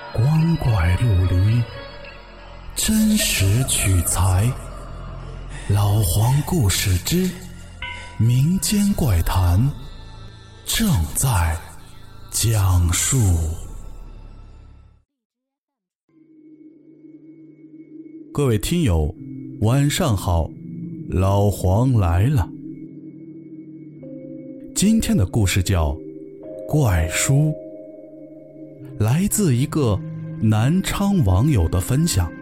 光怪陆离，真实取材。老黄故事之民间怪谈正在讲述。各位听友晚上好，老黄来了。今天的故事叫怪书，来自一个南昌网友的分享。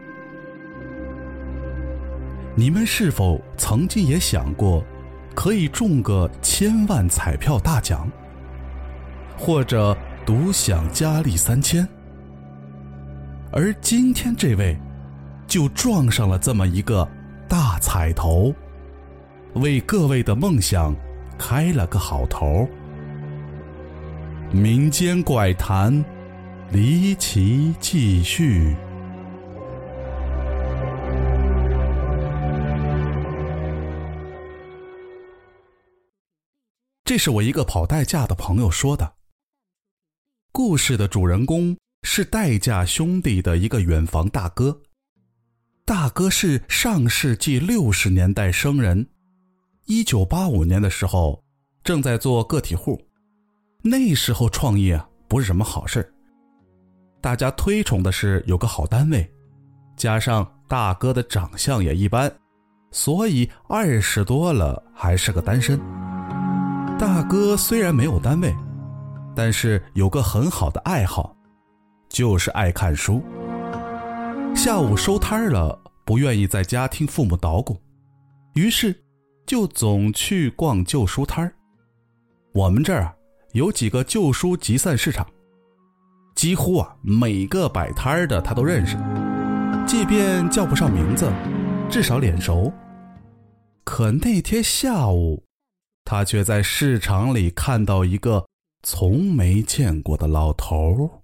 你们是否曾经也想过可以中个1000万彩票大奖，或者独享佳丽3000？而今天这位就撞上了这么一个大彩头，为各位的梦想开了个好头。民间怪谈离奇继续。这是我一个跑代驾的朋友说的。故事的主人公是代驾兄弟的一个远房大哥。大哥是上世纪60年代生人，1985年的时候正在做个体户。那时候创业不是什么好事，大家推崇的是有个好单位，加上大哥的长相也一般，所以20多了还是个单身。大哥虽然没有单位，但是有个很好的爱好，就是爱看书。下午收摊了，不愿意在家听父母捣鼓，于是就总去逛旧书摊。我们这儿有几个旧书集散市场，几乎每个摆摊的他都认识，即便叫不上名字，至少脸熟。可那天下午，他却在市场里看到一个从没见过的老头。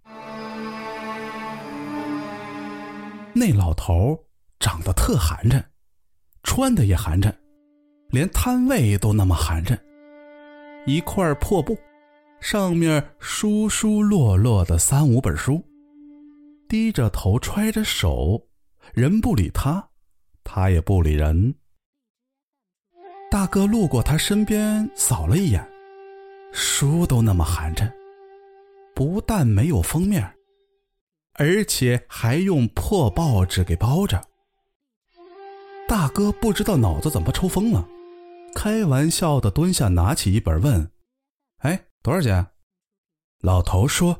那老头长得特寒碜，穿的也寒碜，连摊位都那么寒碜。一块破布，上面疏疏落落的3-5本书，低着头揣着手，人不理他，他也不理人。大哥路过他身边扫了一眼，书都那么寒碜，不但没有封面，而且还用破报纸给包着。大哥不知道脑子怎么抽风了，开玩笑的蹲下拿起一本问：多少钱？老头说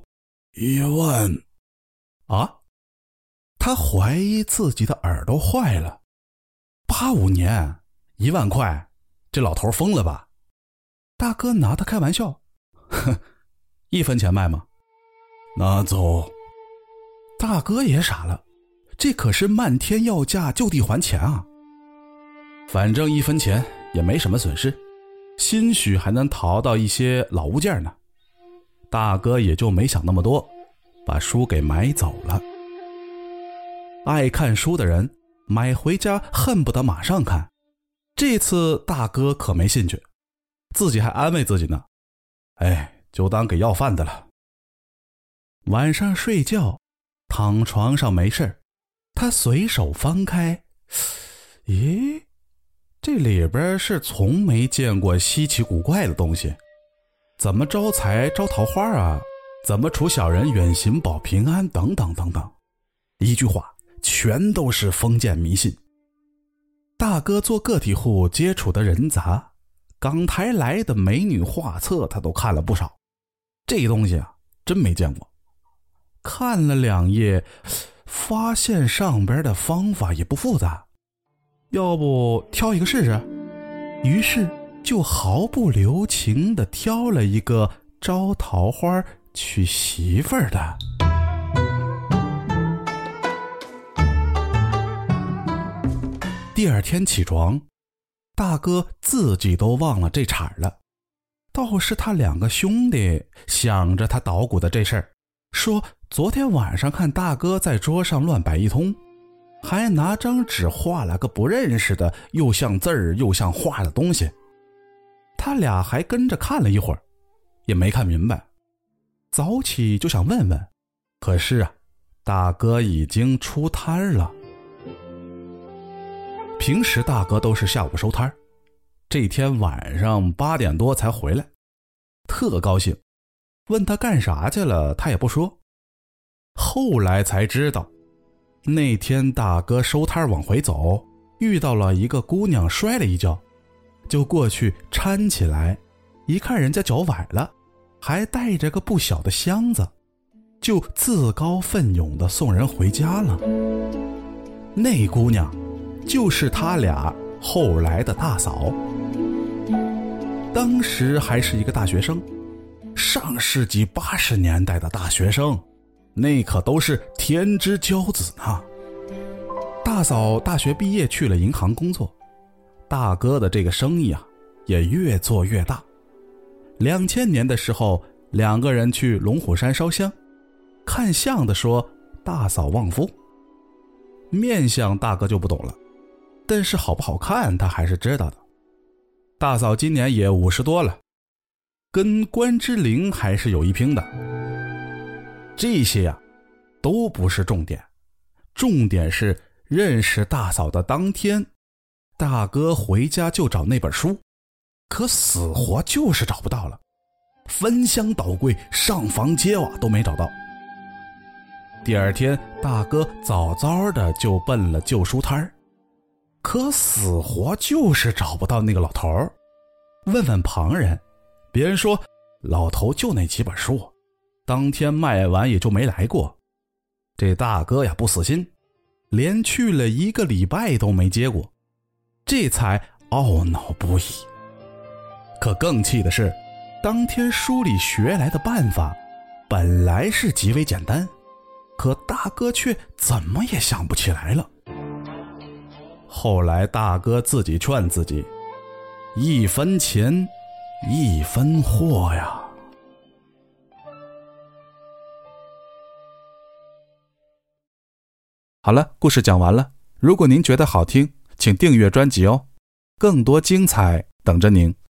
1万。啊？他怀疑自己的耳朵坏了。85年1万块，这老头疯了吧？大哥拿他开玩笑，1分钱卖吗？拿走。大哥也傻了，这可是漫天要价就地还钱啊！反正1分钱也没什么损失，兴许还能淘到一些老物件呢。大哥也就没想那么多，把书给买走了。爱看书的人买回家恨不得马上看，这次大哥可没兴趣，自己还安慰自己呢，就当给要饭的了。晚上睡觉躺床上没事，他随手翻开，咦，这里边是从没见过稀奇古怪的东西，怎么招财招桃花啊，怎么除小人远行保平安等等等等，一句话全都是封建迷信。大哥做个体户接触的人杂，港台来的美女画册他都看了不少，这东西真没见过。看了2页，发现上边的方法也不复杂，要不挑一个试试？于是就毫不留情地挑了一个招桃花娶媳妇儿的。第二天起床，大哥自己都忘了这茬了，倒是他2个兄弟想着他捣鼓的这事儿，说昨天晚上看大哥在桌上乱摆一通，还拿张纸画了个不认识的又像字儿又像画的东西。他俩还跟着看了一会儿，也没看明白。早起就想问问， 可是啊，大哥已经出摊了。平时大哥都是下午收摊，这天晚上8点多才回来，特高兴，问他干啥去了，他也不说。后来才知道，那天大哥收摊往回走，遇到了一个姑娘摔了一跤，就过去搀起来，一看人家脚崴了，还带着个不小的箱子，就自告奋勇地送人回家了。那姑娘就是他俩后来的大嫂，当时还是一个大学生，上世纪80年代的大学生，那可都是天之骄子呢。大嫂大学毕业去了银行工作，大哥的这个生意啊也越做越大。2000年的时候，两个人去龙虎山烧香，看相的说大嫂旺夫。面相大哥就不懂了，但是好不好看他还是知道的。大嫂今年也50多了，跟关之琳还是有一拼的。这些啊都不是重点，重点是认识大嫂的当天，大哥回家就找那本书，可死活就是找不到了，翻箱倒柜，上房揭瓦都没找到。第二天大哥早早的就奔了旧书摊，可死活就是找不到那个老头。问问旁人，别人说老头就那几本书，当天卖完也就没来过。这大哥呀不死心，连去了1个礼拜都没接过，这才懊恼不已。可更气的是，当天书里学来的办法本来是极为简单，可大哥却怎么也想不起来了。后来大哥自己劝自己，1分钱1分货呀。好了，故事讲完了。如果您觉得好听，请订阅专辑哦，更多精彩等着您。